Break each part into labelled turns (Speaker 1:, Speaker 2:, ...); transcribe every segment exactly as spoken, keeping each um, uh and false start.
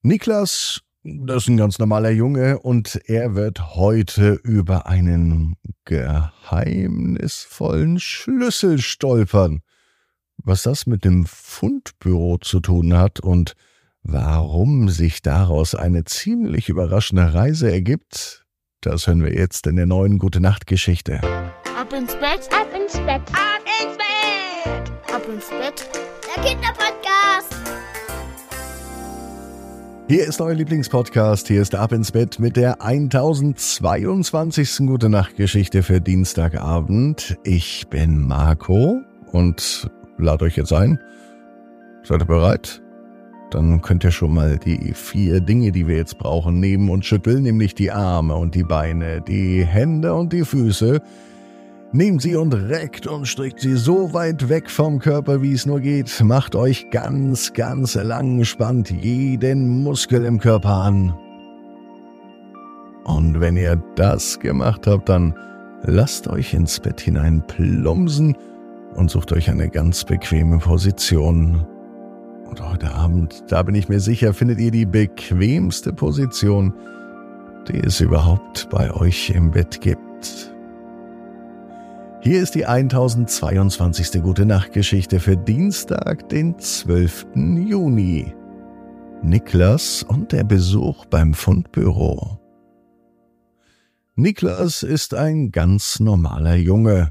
Speaker 1: Niklas, das ist ein ganz normaler Junge und er wird heute über einen geheimnisvollen Schlüssel stolpern. Was das mit dem Fundbüro zu tun hat und warum sich daraus eine ziemlich überraschende Reise ergibt, das hören wir jetzt in der neuen Gute-Nacht-Geschichte.
Speaker 2: Ab ins Bett, ab ins Bett, ab ins Bett, ab ins Bett, der Kinderpodcast.
Speaker 1: Hier ist euer Lieblingspodcast, hier ist Ab ins Bett mit der tausendzweiundzwanzigsten Gute-Nacht-Geschichte für Dienstagabend. Ich bin Marco und lade euch jetzt ein. Seid ihr bereit? Dann könnt ihr schon mal die vier Dinge, die wir jetzt brauchen, nehmen und schütteln, nämlich die Arme und die Beine, die Hände und die Füße. Nehmt sie und reckt und streckt sie so weit weg vom Körper, wie es nur geht. Macht euch ganz, ganz lang, spannt jeden Muskel im Körper an. Und wenn ihr das gemacht habt, dann lasst euch ins Bett hinein plumpsen und sucht euch eine ganz bequeme Position. Und heute Abend, da bin ich mir sicher, findet ihr die bequemste Position, die es überhaupt bei euch im Bett gibt. Hier ist die tausendzweiundzwanzigste Gute-Nacht-Geschichte für Dienstag, den zwölften Juni. Niklas und der Besuch beim Fundbüro. Niklas ist ein ganz normaler Junge.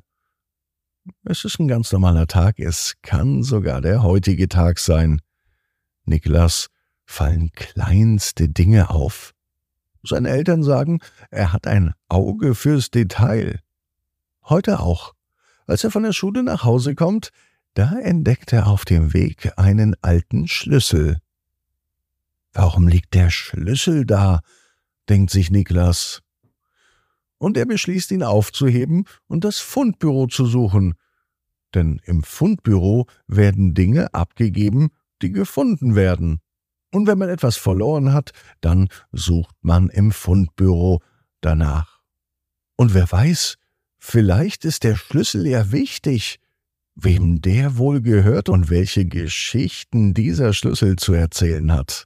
Speaker 1: Es ist ein ganz normaler Tag, es kann sogar der heutige Tag sein. Niklas fallen kleinste Dinge auf. Seine Eltern sagen, er hat ein Auge fürs Detail. Heute auch. Als er von der Schule nach Hause kommt, da entdeckt er auf dem Weg einen alten Schlüssel. Warum liegt der Schlüssel da, denkt sich Niklas. Und er beschließt, ihn aufzuheben und das Fundbüro zu suchen. Denn im Fundbüro werden Dinge abgegeben, die gefunden werden. Und wenn man etwas verloren hat, dann sucht man im Fundbüro danach. Und wer weiß, vielleicht ist der Schlüssel ja wichtig, wem der wohl gehört und welche Geschichten dieser Schlüssel zu erzählen hat.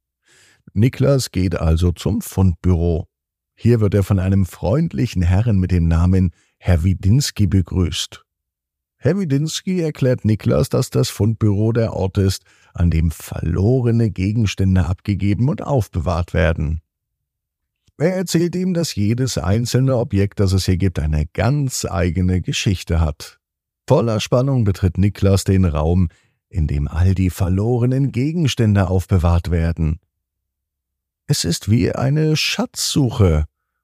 Speaker 1: Niklas geht also zum Fundbüro. Hier wird er von einem freundlichen Herrn mit dem Namen Herr Widinski begrüßt. Herr Widinski erklärt Niklas, dass das Fundbüro der Ort ist, an dem verlorene Gegenstände abgegeben und aufbewahrt werden. Er erzählt ihm, dass jedes einzelne Objekt, das es hier gibt, eine ganz eigene Geschichte hat. Voller Spannung betritt Niklas den Raum, in dem all die verlorenen Gegenstände aufbewahrt werden. Es ist wie eine Schatzsuche.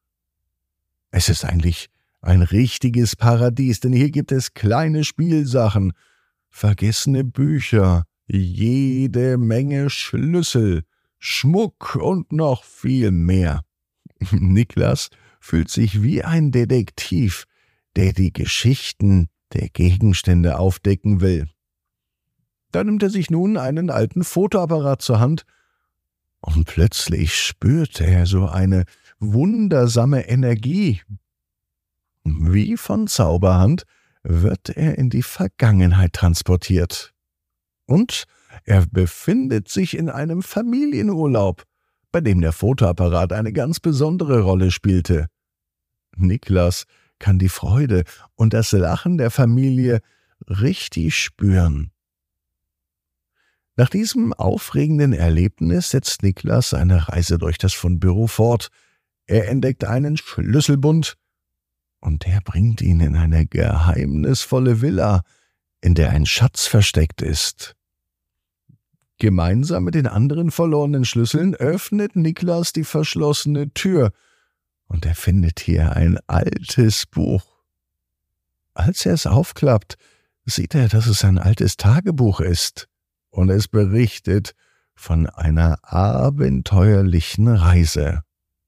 Speaker 1: Es ist eigentlich ein richtiges Paradies, denn hier gibt es kleine Spielsachen, vergessene Bücher, jede Menge Schlüssel, Schmuck und noch viel mehr. Niklas fühlt sich wie ein Detektiv, der die Geschichten der Gegenstände aufdecken will. Da nimmt er sich nun einen alten Fotoapparat zur Hand und plötzlich spürt er so eine wundersame Energie. Wie von Zauberhand wird er in die Vergangenheit transportiert. Und er befindet sich in einem Familienurlaub, bei dem der Fotoapparat eine ganz besondere Rolle spielte. Niklas kann die Freude und das Lachen der Familie richtig spüren. Nach diesem aufregenden Erlebnis setzt Niklas seine Reise durch das Fundbüro fort. Er entdeckt einen Schlüsselbund und der bringt ihn in eine geheimnisvolle Villa, in der ein Schatz versteckt ist. Gemeinsam mit den anderen verlorenen Schlüsseln öffnet Niklas die verschlossene Tür und er findet hier ein altes Buch. Als er es aufklappt, sieht er, dass es ein altes Tagebuch ist und es berichtet von einer abenteuerlichen Reise.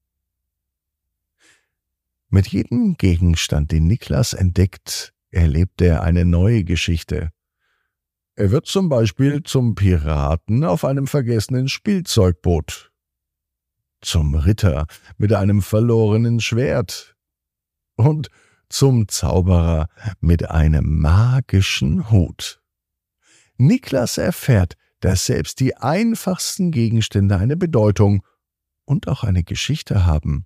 Speaker 1: Mit jedem Gegenstand, den Niklas entdeckt, erlebt er eine neue Geschichte. Er wird zum Beispiel zum Piraten auf einem vergessenen Spielzeugboot, zum Ritter mit einem verlorenen Schwert und zum Zauberer mit einem magischen Hut. Niklas erfährt, dass selbst die einfachsten Gegenstände eine Bedeutung und auch eine Geschichte haben.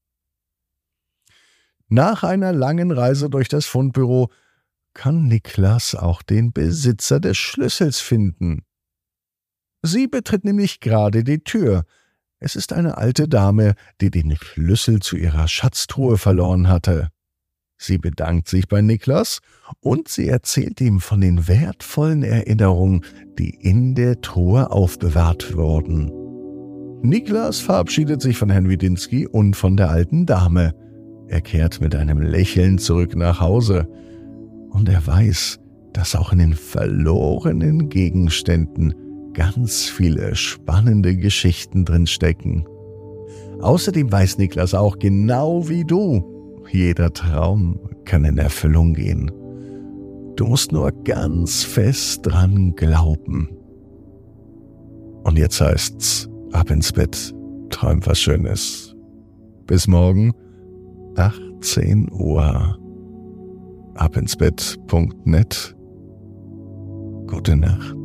Speaker 1: Nach einer langen Reise durch das Fundbüro kann Niklas auch den Besitzer des Schlüssels finden. Sie betritt nämlich gerade die Tür. Es ist eine alte Dame, die den Schlüssel zu ihrer Schatztruhe verloren hatte. Sie bedankt sich bei Niklas und sie erzählt ihm von den wertvollen Erinnerungen, die in der Truhe aufbewahrt wurden. Niklas verabschiedet sich von Herrn Widinski und von der alten Dame. Er kehrt mit einem Lächeln zurück nach Hause. Und er weiß, dass auch in den verlorenen Gegenständen ganz viele spannende Geschichten drinstecken. Außerdem weiß Niklas auch genau wie du, jeder Traum kann in Erfüllung gehen. Du musst nur ganz fest dran glauben. Und jetzt heißt's, ab ins Bett, träum was Schönes. Bis morgen, achtzehn Uhr. abinsbett punkt net. Gute Nacht.